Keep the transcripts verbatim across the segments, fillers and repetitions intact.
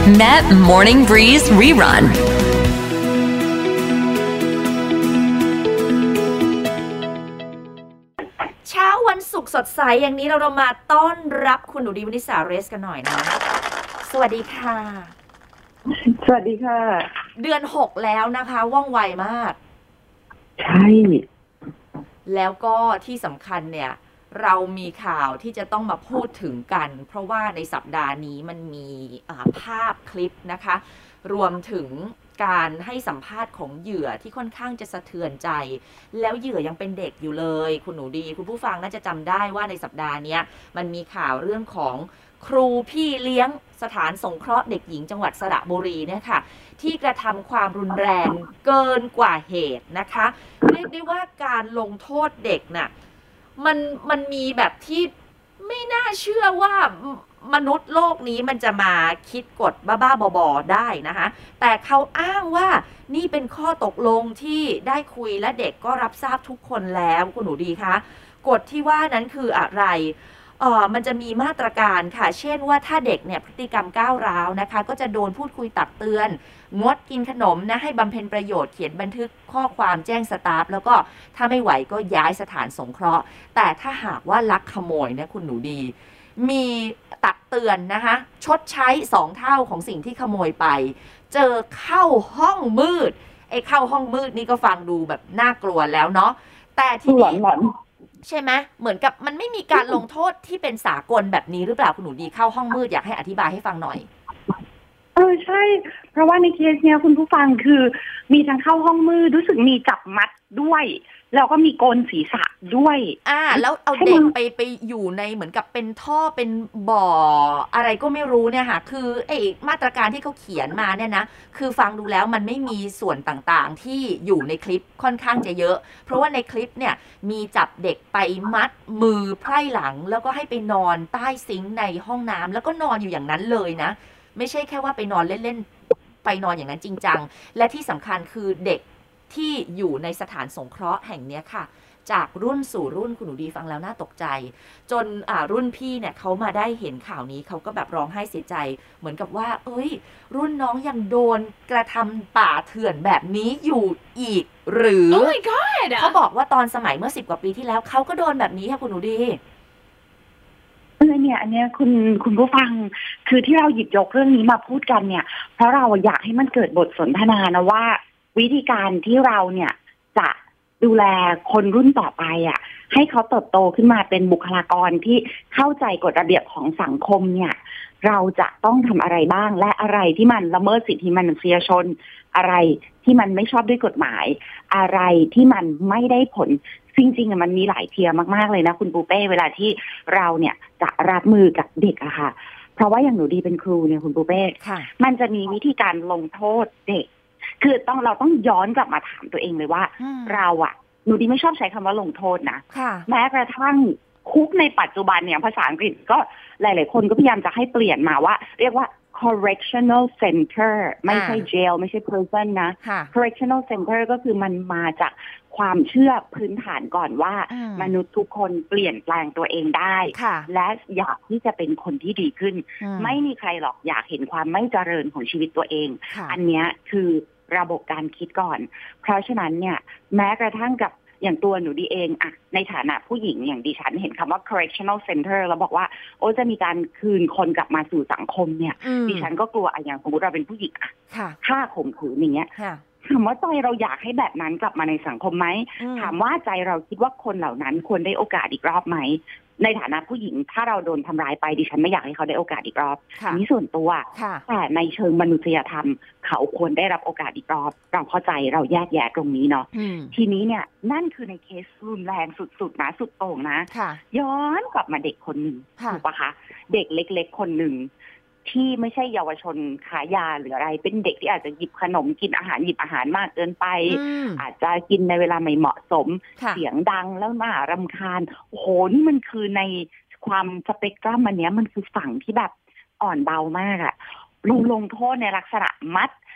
Met Morning Breeze Rerun เช้าวันศุกร์สดใสอย่างนี้เราเรามาต้อนรับคุณหนูดีวนิษาเรสกันหน่อยนะสวัสดีค่ะสวัสดีค่ะเดือนหกแล้วนะคะว่องไวมากใช่แล้วก็ที่สำคัญเนี่ยเรามีข่าวที่จะต้องมาพูดถึงกันเพราะว่าในสัปดาห์นี้มันมีภาพคลิปนะคะรวมถึงการให้สัมภาษณ์ของเหยื่อที่ค่อนข้างจะสะเทือนใจแล้วเหยื่อยังเป็นเด็กอยู่เลยคุณหนูดีคุณผู้ฟังน่าจะจำได้ว่าในสัปดาห์นี้มันมีข่าวเรื่องของครูพี่เลี้ยงสถานสงเคราะห์เด็กหญิงจังหวัดสระบุรีเนี่ยค่ะที่กระทำความรุนแรงเกินกว่าเหตุนะคะเรียกได้ว่าการลงโทษเด็กน่ะมันมันมีแบบที่ไม่น่าเชื่อว่ามนุษย์โลกนี้มันจะมาคิดกฎบ้าๆบอๆได้นะคะแต่เขาอ้างว่านี่เป็นข้อตกลงที่ได้คุยและเด็กก็รับทราบทุกคนแล้วคุณหนูดีคะกฎที่ว่านั้นคืออะไรเอ่อมันจะมีมาตรการค่ะเช่นว่าถ้าเด็กเนี่ยพฤติกรรมก้าวร้าวนะคะก็จะโดนพูดคุยตักเตือนงดกินขนมนะให้บำเพ็ญประโยชน์เขียนบันทึกข้อความแจ้งสตาฟแล้วก็ถ้าไม่ไหวก็ย้ายสถานสงเคราะห์แต่ถ้าหากว่าลักขโมยนะคุณหนูดีมีตักเตือนนะคะชดใช้สองเท่าของสิ่งที่ขโมยไปเจอเข้าห้องมืดไอ้เข้าห้องมืดนี่ก็ฟังดูแบบน่ากลัวแล้วเนาะแต่ทีนี้ใช่ไหมเหมือนกับมันไม่มีการลงโทษที่เป็นสากลแบบนี้หรือเปล่าคุณหนูดีเข้าห้องมืดอยากให้อธิบายให้ฟังหน่อยเออใช่เพราะว่าในเคสเนี้ยคุณผู้ฟังคือมีทั้งเข้าห้องมืดรู้สึกมีจับมัดด้วยแล้วก็มีโกนศีรษะด้วยอ่าแล้วเอาเด็กไปไปอยู่ในเหมือนกับเป็นท่อเป็นบ่ออะไรก็ไม่รู้เนี่ยค่ะคือไอ้มาตรการที่เขาเขียนมาเนี่ยนะคือฟังดูแล้วมันไม่มีส่วนต่างๆที่อยู่ในคลิปค่อนข้างจะเยอะเพราะว่าในคลิปเนี่ยมีจับเด็กไปมัดมือไพร่หลังแล้วก็ให้ไปนอนใต้ซิงค์ในห้องน้ำแล้วก็นอนอยู่อย่างนั้นเลยนะไม่ใช่แค่ว่าไปนอนเล่นๆไปนอนอย่างนั้นจริงจังและที่สำคัญคือเด็กที่อยู่ในสถานสงเคราะห์แห่งนี้ค่ะจากรุ่นสู่รุ่นคุณหนูดีฟังแล้วน่าตกใจจนอ่ารุ่นพี่เนี่ยเขามาได้เห็นข่าวนี้เขาก็แบบร้องไห้เสียใจเหมือนกับว่าเอ้ยรุ่นน้องยังโดนกระทำป่าเถื่อนแบบนี้อยู่อีกหรือ oh my god เขาบอกว่าตอนสมัยเมื่อสิบกว่าปีที่แล้วเขาก็โดนแบบนี้ค่ะคุณหนูดีเออเนี่ยอันเนี้ยคุณคุณผู้ฟังคือที่เราหยิบยกเรื่องนี้มาพูดกันเนี่ยเพราะเราอยากให้มันเกิดบทสนทนานะว่าวิธีการที่เราเนี่ยจะดูแลคนรุ่นต่อไปอ่ะให้เขาเติบโตขึ้นมาเป็นบุคลากรที่เข้าใจกฎระเบียบของสังคมเนี่ยเราจะต้องทำอะไรบ้างและอะไรที่มันละเมิดสิทธิมนุษยชนอะไรที่มันไม่ชอบด้วยกฎหมายอะไรที่มันไม่ได้ผลจริงๆมันมีหลายเทียร์มากๆเลยนะคุณปูเป้เวลาที่เราเนี่ยจะรับมือกับเด็กอะค่ะเพราะว่าอย่างหนูดีเป็นครูเนี่ยคุณปูเป้มันจะมีวิธีการลงโทษเด็กคือต้องเราต้องย้อนกลับมาถามตัวเองเลยว่าเราอะหนูดีไม่ชอบใช้คำว่าลงโทษนะแม้กระทั่งคุกในปัจจุบันเนี่ยภาษาอังกฤษก็หลายๆคนก็พยายามจะให้เปลี่ยนมาว่าเรียกว่า correctional center ไม่ใช่ jail ไม่ใช่ prison นะ correctional center ก็คือมันมาจากความเชื่อพื้นฐานก่อนว่ามนุษย์ทุกคนเปลี่ยนแปลงตัวเองได้และอยากที่จะเป็นคนที่ดีขึ้นไม่มีใครหรอกอยากเห็นความไม่เจริญของชีวิตตัวเองอันนี้คือระบบการคิดก่อนเพราะฉะนั้นเนี่ยแม้กระทั่งกับอย่างตัวหนูดีเองอะในฐานะผู้หญิงอย่างดิฉันเห็นคำว่า correctional center แล้วบอกว่าโอ้จะมีการคืนคนกลับมาสู่สังคมเนี่ยดิฉันก็กลัวอะอย่างสมมติเราเป็นผู้หญิงอะฆ่าข่มขืนอย่างเงี้ยถามว่าใจเราอยากให้แบบนั้นกลับมาในสังคมไหมถามว่าใจเราคิดว่าคนเหล่านั้นควรได้โอกาสอีกรอบไหมในฐานะผู้หญิงถ้าเราโดนทำร้ายไปดิฉันไม่อยากให้เขาได้โอกาสอีกรอบนี้ส่วนตัวแต่ในเชิงมนุษยธรรมเขาควรได้รับโอกาสอีกรอบเราเข้าใจเราแยกแยะตรงนี้เนาะทีนี้เนี่ยนั่นคือในเคสรุนแรงสุดๆนะสุดโต่งนะย้อนกลับมาเด็กคนหนึ่งถูกปะคะเด็กเล็กๆคนหนึ่งที่ไม่ใช่เยาวชนขายาหรืออะไรเป็นเด็กที่อาจจะหยิบขนมกินอาหารหยิบอาหารมากเกินไปอาจจะกินในเวลาไม่เหมาะสมเสียงดังแล้วน่ารำคาญโอ้โหนี่มันคือในความสเปกตรัมอันเนี้ยมันคือฝั่งที่แบบอ่อนเบามากอะลงลงโทษในลักษณะมัด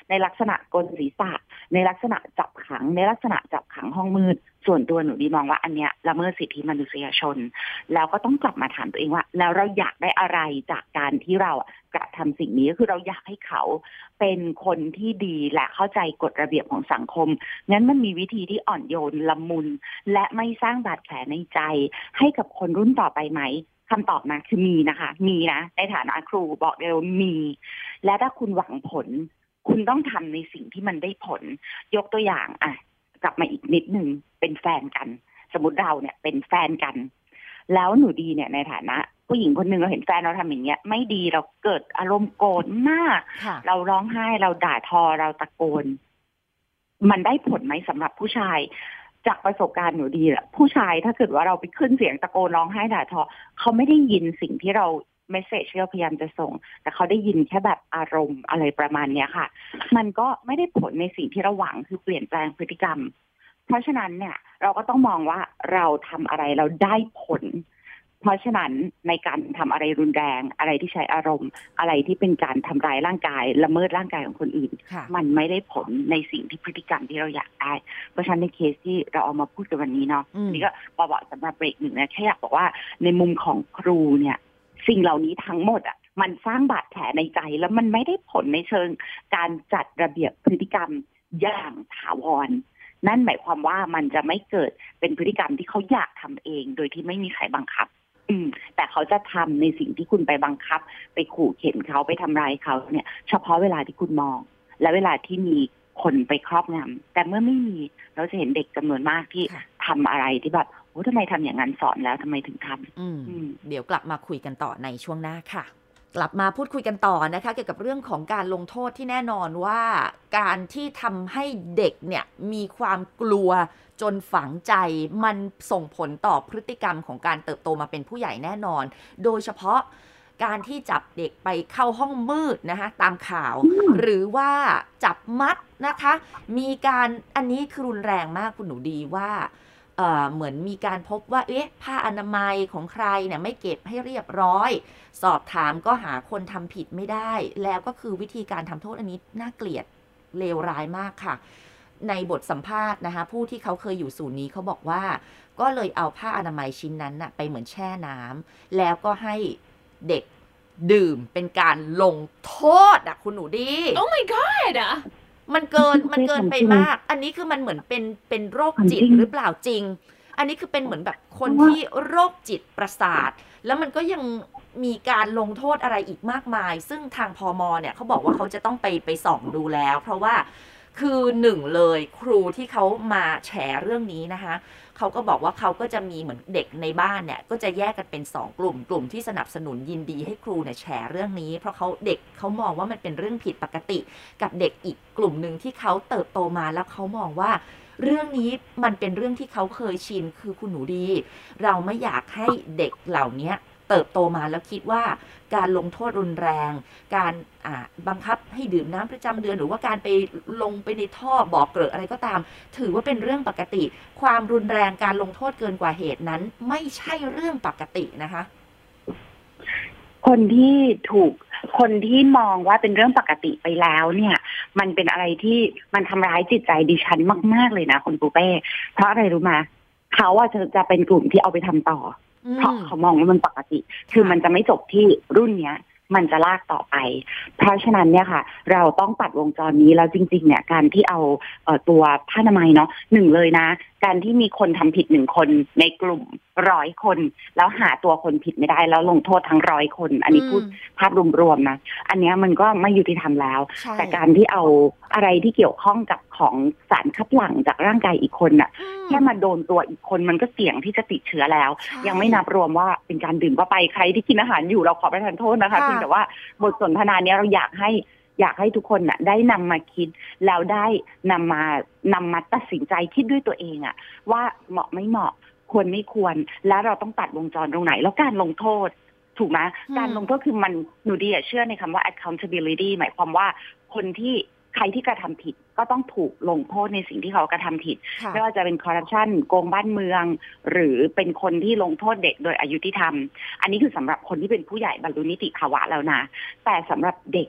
ในลักษณะกลศีรษะในลักษณะจับขังในลักษณะจับขังห้องมืดส่วนตัวหนูดีมองว่าอันเนี้ยละเมิดสิทธิมนุษยชนแล้วก็ต้องกลับมาถามตัวเองว่าแล้วเราอยากได้อะไรจากการที่เรากระทำสิ่งนี้ก็คือเราอยากให้เขาเป็นคนที่ดีและเข้าใจกฎระเบียบของสังคมงั้นมันมีวิธีที่อ่อนโยนละมุนและไม่สร้างบาดแผลในใจให้กับคนรุ่นต่อไปไหมคำตอบนะคือมีนะคะมีนะในฐานะครูบอกเลยว่ามีและถ้าคุณหวังผลคุณต้องทำในสิ่งที่มันได้ผลยกตัวอย่างอ่ะกลับมาอีกนิดนึงเป็นแฟนกันสมมติเราเนี่ยเป็นแฟนกันแล้วหนูดีเนี่ยในฐานะผู้หญิงคนหนึ่งเราเห็นแฟนเราทำอย่างเงี้ยไม่ดีเราเกิดอารมณ์โกรธมากเราร้องไห้เราด่าทอเราตะโกนมันได้ผลไหมสำหรับผู้ชายจากประสบการณ์หนูดีแหละผู้ชายถ้าเกิดว่าเราไปขึ้นเสียงตะโกนร้องไห้ด่าทอเขาไม่ได้ยินสิ่งที่เราเมสเสจที่เราพยายามจะส่งแต่เขาได้ยินแค่แบบอารมณ์อะไรประมาณเนี้ยค่ะมันก็ไม่ได้ผลในสิ่งที่เราหวังคือเปลี่ยนแปลงพฤติกรรมเพราะฉะนั้นเนี่ยเราก็ต้องมองว่าเราทำอะไรเราได้ผลเพราะฉะนั้นในการทำอะไรรุนแรงอะไรที่ใช้อารมณ์อะไรที่เป็นการทำร้ายร่างกายละเมิดร่างกายของคนอื่นมันไม่ได้ผลในสิ่งที่พฤติกรรมที่เราอยากได้เพราะฉะนั้นในเคสที่เราเอามาพูดกันวันนี้เนาะนี่ก็บอกสำหรับเบรกหนึ่งนะแค่อยากบอกว่าในมุมของครูเนี่ยสิ่งเหล่านี้ทั้งหมดอ่ะมันสร้างบาดแผลในใจแล้วมันไม่ได้ผลในเชิงการจัดระเบียบพฤติกรรมอย่างถาวรนั่นหมายความว่ามันจะไม่เกิดเป็นพฤติกรรมที่เขาอยากทำเองโดยที่ไม่มีใครบังคับอืมแต่เขาจะทำในสิ่งที่คุณไปบังคับไปขู่เข็นเขาไปทำร้ายเขาเนี่ยเฉพาะเวลาที่คุณมองและเวลาที่มีคนไปครอบงำแต่เมื่อไม่มีเราจะเห็นเด็กจำนวนมากที่ทำอะไรที่แบบโอ้ทำไมทำอย่างนั้นสอนแล้วทำไมถึงทำอืมเดี๋ยวกลับมาคุยกันต่อในช่วงหน้าค่ะกลับมาพูดคุยกันต่อนะคะเกี่ยวกับเรื่องของการลงโทษที่แน่นอนว่าการที่ทำให้เด็กเนี่ยมีความกลัวจนฝังใจมันส่งผลต่อพฤติกรรมของการเติบโตมาเป็นผู้ใหญ่แน่นอนโดยเฉพาะการที่จับเด็กไปเข้าห้องมืดนะคะตามข่าวหรือว่าจับมัดนะคะมีการอันนี้คือรุนแรงมากคุณหนูดีว่าเอ่อเหมือนมีการพบว่าเอ๊ะผ้าอนามัยของใครเนี่ยไม่เก็บให้เรียบร้อยสอบถามก็หาคนทำผิดไม่ได้แล้วก็คือวิธีการทำโทษอันนี้น่าเกลียดเลวร้ายมากค่ะในบทสัมภาษณ์นะคะผู้ที่เขาเคยอยู่ศูนย์นี้เขาบอกว่าก็เลยเอาผ้าอนามัยชิ้นนั้นน่ะไปเหมือนแช่น้ำแล้วก็ให้เด็กดื่มเป็นการลงโทษอ่ะคุณหนูดี Oh my god อ่ะมันเกินมันเกินไปมากอันนี้คือมันเหมือนเป็นเป็นโรคจิตหรือเปล่าจริงอันนี้คือเป็นเหมือนแบบคนที่โรคจิตประสาทแล้วมันก็ยังมีการลงโทษอะไรอีกมากมายซึ่งทางพม.เนี่ยเขาบอกว่าเขาจะต้องไปไปส่องดูแล้วเพราะว่าคือหนึ่งเลยครูที่เขามาแฉเรื่องนี้นะคะเขาก็บอกว่าเขาก็จะมีเหมือนเด็กในบ้านเนี่ยก็จะแยกกันเป็นสองกลุ่มกลุ่มที่สนับสนุนยินดีให้ครูเนี่ยแฉเรื่องนี้เพราะเขาเด็กเขามองว่ามันเป็นเรื่องผิดปกติกับเด็กอีกกลุ่มหนึ่งที่เขาเติบโตมาแล้วเขามองว่าเรื่องนี้มันเป็นเรื่องที่เขาเคยชินคือคุณหนูดีเราไม่อยากให้เด็กเหล่านี้เติบโตมาแล้วคิดว่าการลงโทษรุนแรงการอ่าบังคับให้ดื่มน้ำประจำเดือนหรือว่าการไปลงไปในท่อบ่อเกลอะอะไรก็ตามถือว่าเป็นเรื่องปกติความรุนแรงการลงโทษเกินกว่าเหตุนั้นไม่ใช่เรื่องปกตินะคะคนที่ถูกคนที่มองว่าเป็นเรื่องปกติไปแล้วเนี่ยมันเป็นอะไรที่มันทำร้ายจิตใจดิฉันมากๆเลยนะคุณปูเป้เพราะอะไรรู้มาเขาว่าจะจะเป็นกลุ่มที่เอาไปทำต่อเพราะเขามองว่ามันปกติคือมันจะไม่จบที่รุ่นเนี้ยมันจะลากต่อไปเพราะฉะนั้นเนี่ยค่ะเราต้องตัดวงจรนี้แล้วจริงๆเนี่ยการที่เอาเอ่อตัวผ้าอนามัยเนาะหนึ่งเลยนะการที่มีคนทำผิดหนึ่งคนในกลุ่มร้อยคนแล้วหาตัวคนผิดไม่ได้แล้วลงโทษทั้งร้อยคนอันนี้พูดภาพรวมๆนะอันนี้มันก็ไม่ยุติธรรมแล้วแต่การที่เอาอะไรที่เกี่ยวข้องกับของสารคัดหลั่งจากร่างกายอีกคนน่ะแค่มาโดนตัวอีกคนมันก็เสี่ยงที่จะติดเชื้อแล้วยังไม่นับรวมว่าเป็นการดื่มเข้าไปใครที่กินอาหารอยู่เราขอประทานโทษนะคะเพียงแต่ว่าบทสนทนานี้เราอยากให้อยากให้ทุกคนน่ะได้นำมาคิดแล้วได้นำมานำมาตัดสินใจคิดด้วยตัวเองอะว่าเหมาะไม่เหมาะควรไม่ควรแล้วเราต้องตัดวงจรตรงไหนแล้วการลงโทษถูกไหมการลงโทษคือมันหนูดีเชื่อในคำว่า accountability หมายความว่าคนที่ใครที่กระทำผิดก็ต้องถูกลงโทษในสิ่งที่เขากระทำผิดไม่ว่าจะเป็นคอร์รัปชันโกงบ้านเมืองหรือเป็นคนที่ลงโทษเด็กโดยอยุติธรรมอันนี้คือสำหรับคนที่เป็นผู้ใหญ่บรรลุนิติภาวะแล้วนะแต่สำหรับเด็กอ่ะ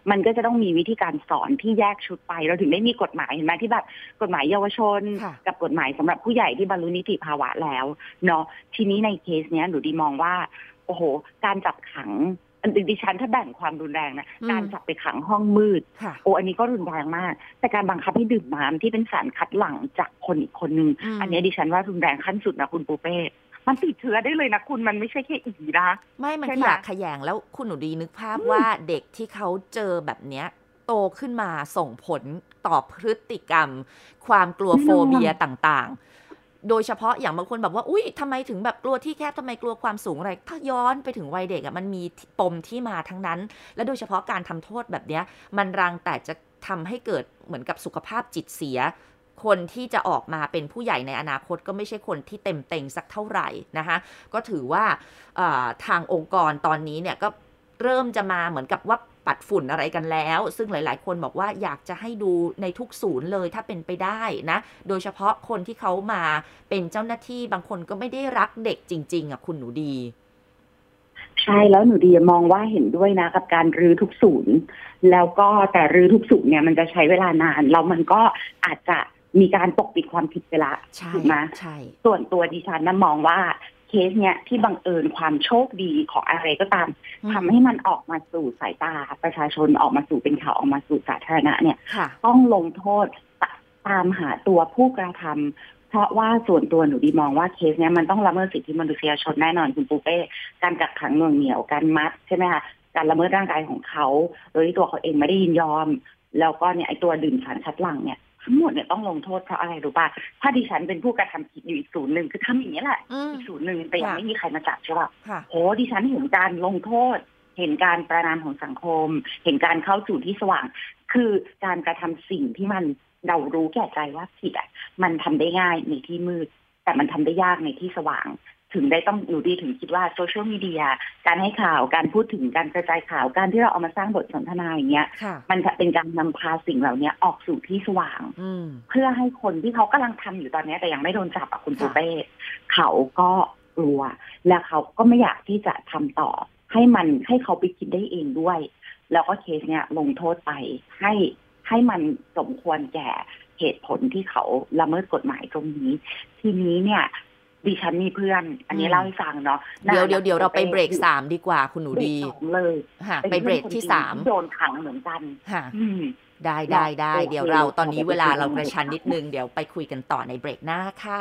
มันก็จะต้องมีวิธีการสอนที่แยกชุดไปเราถึงได้มีกฎหมายเห็นไหมที่แบบกฎหมายเยาวชนกับกฎหมายสำหรับผู้ใหญ่ที่บรรลุนิติภาวะแล้วเนาะทีนี้ในเคสเนี้ยหนูดีมองว่าโอ้โหการจับขังอันดิฉันถ้าแบ่งความรุนแรงนะการจับไปขังห้องมืดโอ้อันนี้ก็รุนแรงมากแต่การบังคับให้ดื่มน้ำที่เป็นสารคัดหลั่งจากคนอีกคนนึง อ, อันนี้ดิฉันว่ารุนแรงขั้นสุดนะคุณปูเป้มันติดเชื้อได้เลยนะคุณมันไม่ใช่แค่อีนะไม่มันขยะขยงแล้วคุณหนูดีนึกภาพว่าเด็กที่เขาเจอแบบเนี้ยโตขึ้นมาส่งผลต่อพฤติกรรมความกลัวโฟเบียต่างๆโดยเฉพาะอย่างบางคนแบบว่าอุ้ยทำไมถึงแบบกลัวที่แคบทำไมกลัวความสูงอะไรถ้าย้อนไปถึงวัยเด็กอ่ะมันมีปมที่มาทั้งนั้นและโดยเฉพาะการทำโทษแบบเนี้ยมันรังแต่จะทำให้เกิดเหมือนกับสุขภาพจิตเสียคนที่จะออกมาเป็นผู้ใหญ่ในอนาคตก็ไม่ใช่คนที่เต็มเต็งสักเท่าไหร่นะคะก็ถือว่าทางองค์กรตอนนี้เนี่ยก็เริ่มจะมาเหมือนกับว่าปัดฝุ่นอะไรกันแล้วซึ่งหลายๆคนบอกว่าอยากจะให้ดูในทุกศูนย์เลยถ้าเป็นไปได้นะโดยเฉพาะคนที่เขามาเป็นเจ้าหน้าที่บางคนก็ไม่ได้รักเด็กจริงๆอ่ะคุณหนูดีใช่แล้วหนูดีมองว่าเห็นด้วยนะกับการรื้อทุกศูนย์แล้วก็แต่รื้อทุกศูนย์เนี่ยมันจะใช้เวลานานแล้วมันก็อาจจะมีการปกปิดความผิดไปละถูกไหมใช่ส่วนตัวดิฉันนะมองว่าเคสเนี้ยที่บังเอิญความโชคดีของอะไรก็ตามทำให้มันออกมาสู่สายตาประชาชนออกมาสู่เป็นข่าวออกมาสู่สาธารณะเนี่ยต้องลงโทษตามหาตัวผู้กระทำเพราะว่าส่วนตัวหนูดีมองว่าเคสเนี้ยมันต้องละเมิดสิทธิมนุษยชนแน่นอนคุณปูเป้การกักขังหน่วงเหนี่ยวการมัดใช่ไหมคะการละเมิดร่างกายของเขาโดยที่ตัวเขาเองไม่ได้ยินยอมแล้วก็เนี่ยไอตัวดื่มสารคัดหลั่งเนี่ยทั้งหมดเนี่ยต้องลงโทษเพราะอะไรรู้ป่ะถ้าดิฉันเป็นผู้กระทำผิดอยู่อีกศูนย์หนึ่งคือทำอย่างนี้แหละอีกศูนย์หนึ่งแต่ยังไม่มีใครมาจับใช่ป่ะโหดิฉันเห็นการลงโทษเห็นการประณามของสังคมเห็นการเข้าสู่ที่สว่างคือการกระทำสิ่งที่มันเรารู้แก่ใจว่าผิดอ่ะมันทำได้ง่ายในที่มืดแต่มันทำได้ยากในที่สว่างถึงได้ต้องหนูดีถึงคิดว่าโซเชียลมีเดียการให้ข่าวการพูดถึงการกระจายข่าวการที่เราเอามาสร้างบทสนทนาอย่างเงี้ยมันจะเป็นการนำพาสิ่งเหล่านี้ออกสู่ที่สว่างเพื่อให้คนที่เขากำลังทำอยู่ตอนนี้แต่ยังไม่โดนจับอะคุณปูเป้เขาก็กลัวและเขาก็ไม่อยากที่จะทำต่อให้มันให้เขาไปคิดได้เองด้วยแล้วก็เคสเนี้ยลงโทษไปให้ให้มันสมควรแก่เหตุผลที่เขาละเมิดกฎหมายตรงนี้ทีนี้เนี่ยดิฉันมีเพื่อนอันนี้เล่าให้ฟังเนาะเดี๋ยวเดี๋ยวเดี๋ยวเราไปเบรกสามดีกว่าคุณหนูดีเลยไปเบรกที่สามโดนขังเหมือนกันได้ได้ได้เดี๋ยวเราตอนนี้เวลาเรากระชั้นนิดนึงเดี๋ยวไปคุยกันต่อในเบรกหน้าค่ะ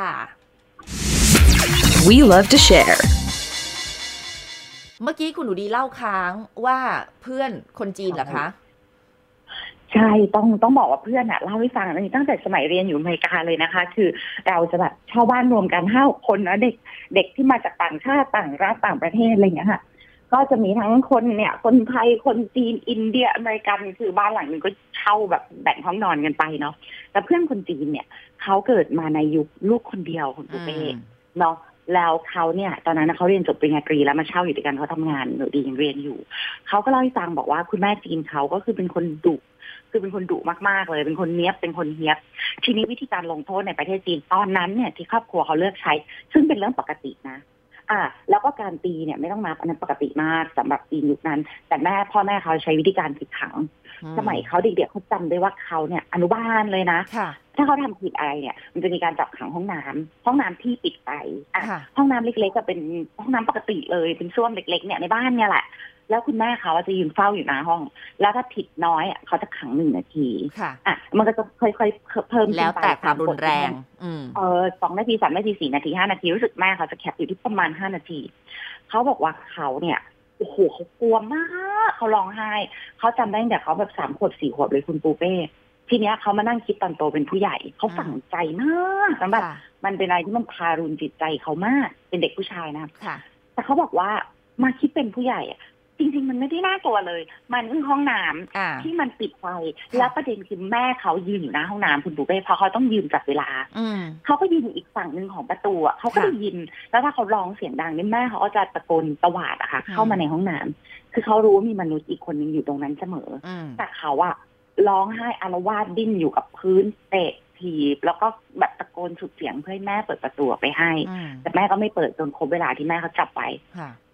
We love to share เมื่อกี้คุณหนูดีเล่าค้างว่าเพื่อนคนจีนเหรอคะใช่ต้องต้องบอกว่าเพื่อนอะเล่าให้ฟังอันนี้ตั้งแต่สมัยเรียนอยู่อเมริกาเลยนะคะคือเราจะแบบเช่าบ้านรวมกันห้าคนนะเด็กเด็กที่มาจากต่างชาติต่างรัฐต่างประเทศอะไรอย่างเงี้ยค่ะก็จะมีทั้งคนเนี่ยคนไทยคนจีนอินเดียอเมริกันคือบ้านหลังนึงก็เช่าแบบแบ่งห้องนอนกันไปเนาะแต่เพื่อนคนจีนเนี่ยเขาเกิดมาในยุคลูกคนเดียวคนปุเป้เนาะแล้วเขาเนี่ยตอนนั้นเขาเรียนจบปริญญาตรีแล้วมาเช่าอยู่ด้วยกันเขาทำงานหนูดียังเรียนอยู่เขาก็เล่าให้ฟังบอกว่าคุณแม่จีนเขาก็คือเป็นคนดุคือเป็นคนดุมากๆเลยเป็นคนเนี้ยบเป็นคนเฮี้ยบทีนี้วิธีการลงโทษในประเทศจีนตอนนั้นเนี่ยที่ครอบครัวเขาเลือกใช้ซึ่งเป็นเรื่องปกตินะอ่าแล้วก็การตีเนี่ยไม่ต้องนับอันนั้นปกติมากสำหรับจีนยุคนั้นแต่แม่พ่อแม่เขาใช้วิธีการผิดขังสมัยเขาเด็กๆเขาจำได้ว่าเขาเนี่ยอนุบาลเลยนะถ้าเขาทำผิดอะไรเนี่ยมันจะมีการจับขังห้องน้ำห้องน้ำที่ปิดไปอ่ะห้องน้ำเล็กๆก็เป็นห้องน้ำปกติเลยเป็นส้วมเล็กๆเนี่ยในบ้านเนี่ยแหละแล้วคุณแม่เขาจะยืนเฝ้าอยู่หน้าห้องแล้วถ้าผิดน้อยอ่ะเขาจะขังหนึ่งนาทีอ่ะมันก็จะค่อยๆเพิ่มแล้วแต่ความรุนแรงเออสองนาทีสามนาทีสี่นาทีห้านาทีรู้สึกแม่เขาจะแคปอยู่ที่ประมาณห้านาทีเขาบอกว่าเขาเนี่ยโอ้โหเขากลัวมากเขาร้องไห้เขาจำได้แต่เขาแบบสามขวบสี่ขวบเลยคุณปูเป้ทีเนี้ยเขามานั่งคิดตอนโตเป็นผู้ใหญ่เขาฝังใจมากสำหรับมันเป็นอะไรที่มันทารุณจิตใจเขามากเป็นเด็กผู้ชายนะแต่เขาบอกว่ามาคิดเป็นผู้ใหญ่จริงๆมันไม่ได้น่ากลัวเลยมันคือห้องน้ำที่มันปิดไฟแล้วประเด็นคือแม่เขายืนอยู่หน้าห้องน้ำคุณปูเป้เพราะเขาต้องยืนจับเวลาเขาก็ยืนอยู่อีกฝั่งนึงของประตูเขาก็ได้ยินแล้วถ้าเขาร้องเสียงดังนี่แม่เขาก็จะตะโกนตวาดอะค่ะเข้ามาในห้องน้ำคือเขารู้ว่ามีมนุษย์อีกคนนึงอยู่ตรงนั้นเสมอแต่เขาอะร้องไห้อารวาสดิ้นอยู่กับพื้นเตะถีบแล้วก็แบบตะโกนสุดเสียงเพื่อให้แม่เปิดประตูไปให้แต่แม่ก็ไม่เปิดจนครบเวลาที่แม่เขาจับไป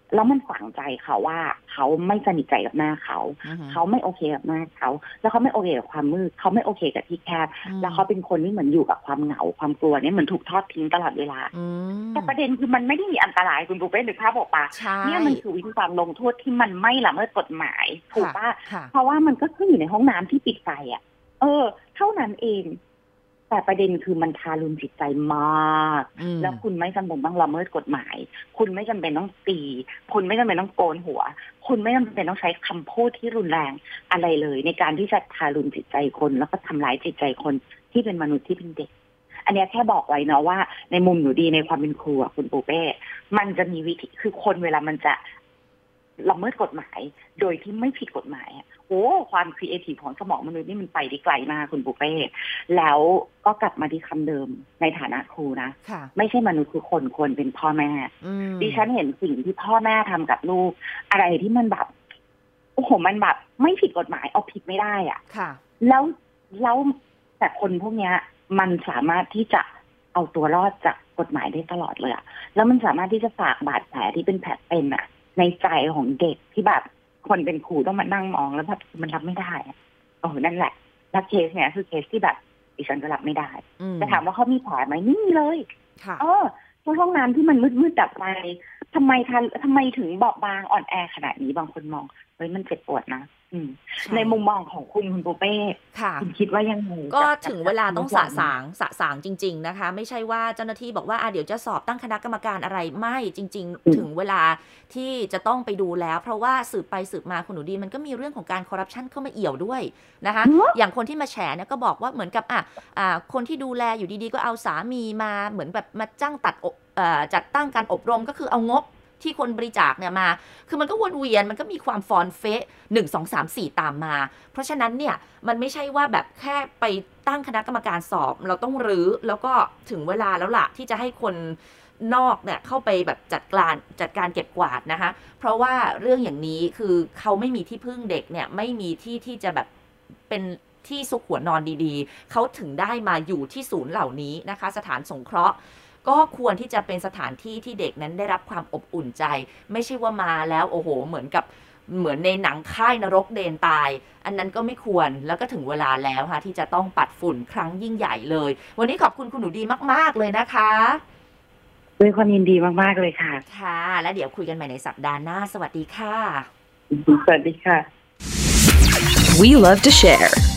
แล้วมันฝังใจเขาว่าเขาไม่สนิทใจกับแม่เขา uh-huh. เขาไม่โอเคกับแม่เขาแล้วเขาไม่โอเคกับความมืดเขาไม่โอเคกับที่แคบ uh-huh. แล้วเขาเป็นคนที่เหมือนอยู่กับความเหงาความกลัวเนี่ยเหมือนถูกทอดทิ้งตลอดเวลา uh-huh. แต่ประเด็นคือมันไม่ได้มีอันตรายคุณปูเป้นึกภาพออกปะเนี่ยมันคือวิธีการลงโทษที่มันไม่ละเมิดกฎหมายถูกปะเพราะว่ามันก็คืออยู่ในห้องน้ำที่ปิดไฟอ่ะเออเท่านั้นเองแต่ประเด็นคือมันทารุณจิตใจมากแล้วคุณไม่จำเป็นต้องละเมิดกฎหมายคุณไม่จำเป็นต้องตีคุณไม่จำเป็นต้องโกนหัวคุณไม่จำเป็นต้องใช้คำพูดที่รุนแรงอะไรเลยในการที่จะทารุณจิตใจคนแล้วก็ทำร้ายจิตใจคนที่เป็นมนุษย์ที่เป็นเด็กอันนี้แค่บอกไว้เนาะว่าในมุมหนูดีในความเป็นครูคุณปูเป้มันจะมีวิธีคือคนเวลามันจะละเมิดกฎหมายโดยที่ไม่ผิดกฎหมายโอ้ความครีเอทีฟของสมองมนุษย์นี่มันไปได้ไกลมากคุณปูเป้แล้วก็กลับมาที่คำเดิมในฐานะครูนะไม่ใช่มนุษย์คือคนคนเป็นพ่อแม่ดิฉันเห็นสิ่งที่พ่อแม่ทำกับลูกอะไรที่มันแบบโอ้โหมันแบบไม่ผิดกฎหมายเอาผิดไม่ได้อ่ะแล้วแล้วแต่คนพวกเนี้ยมันสามารถที่จะเอาตัวรอดจากกฎหมายได้ตลอดเลยอ่ะแล้วมันสามารถที่จะฝากบาดแผลที่เป็นแผลเป็นอ่ะในใจของเด็กที่แบบคนเป็นครูต้องมานั่งมองแล้วแบบมันรับไม่ได้โอ้นั่นแหละแล้วเคสเนี่ยคือเคสที่แบบดิฉันก็รับไม่ได้จะถามว่าเขามีแผลไหมนี่เลยเออเพราะห้องน้ำที่มันมืดๆดับไฟทำไมทันทำไมถึงบอบบางอ่อนแอขนาดนี้บางคนมองเฮ้ยมันเจ็บปวดนะในมุมมองของคุณคุณปูเป้คุณคิดว่ายังไงก็ถึงเวลาต้องสะสางสะสางจริงๆนะคะไม่ใช่ว่าเจ้าหน้าที่บอกว่าเดี๋ยวจะสอบตั้งคณะกรรมการอะไรไม่จริงๆถึงเวลาที่จะต้องไปดูแล้วเพราะว่าสืบไปสืบมาคุณหนูดีมันก็มีเรื่องของการคอร์รัปชันเข้ามาเอี่ยวด้วยนะคะอย่างคนที่มาแฉเนี่ยก็บอกว่าเหมือนกับอ่ะอ่าคนที่ดูแลอยู่ดีๆก็เอาสามีมาเหมือนแบบมาจ้างตัดจัดตั้งการอบรมก็คือเอางบที่คนบริจาคเนี่ยมาคือมันก็วนเวียนมันก็มีความฟอนเฟะหนึ่ง สอง สาม สี่ตามมาเพราะฉะนั้นเนี่ยมันไม่ใช่ว่าแบบแค่ไปตั้งคณะกรรมการสอบเราต้องรื้อแล้วก็ถึงเวลาแล้วล่ะที่จะให้คนนอกเนี่ยเข้าไปแบบจัดการจัดการเก็บกวาดนะคะเพราะว่าเรื่องอย่างนี้คือเขาไม่มีที่พึ่งเด็กเนี่ยไม่มีที่ที่จะแบบเป็นที่ซุกหัวนอนดีๆเขาถึงได้มาอยู่ที่ศูนย์เหล่านี้นะคะสถานสงเคราะห์ก็ควรที่จะเป็นสถานที่ที่เด็กนั้นได้รับความอบอุ่นใจไม่ใช่ว่ามาแล้วโอ้โหเหมือนกับเหมือนในหนังค่ายนรกเดนตายอันนั้นก็ไม่ควรแล้วก็ถึงเวลาแล้วค่ะที่จะต้องปัดฝุ่นครั้งยิ่งใหญ่เลยวันนี้ขอบคุณคุณหนูดีมากๆเลยนะคะด้วยความยินดีมากๆเลยค่ะค่ะแล้วเดี๋ยวคุยกันใหม่ในสัปดาห์หน้าสวัสดีค่ะสวัสดีค่ะ We love to share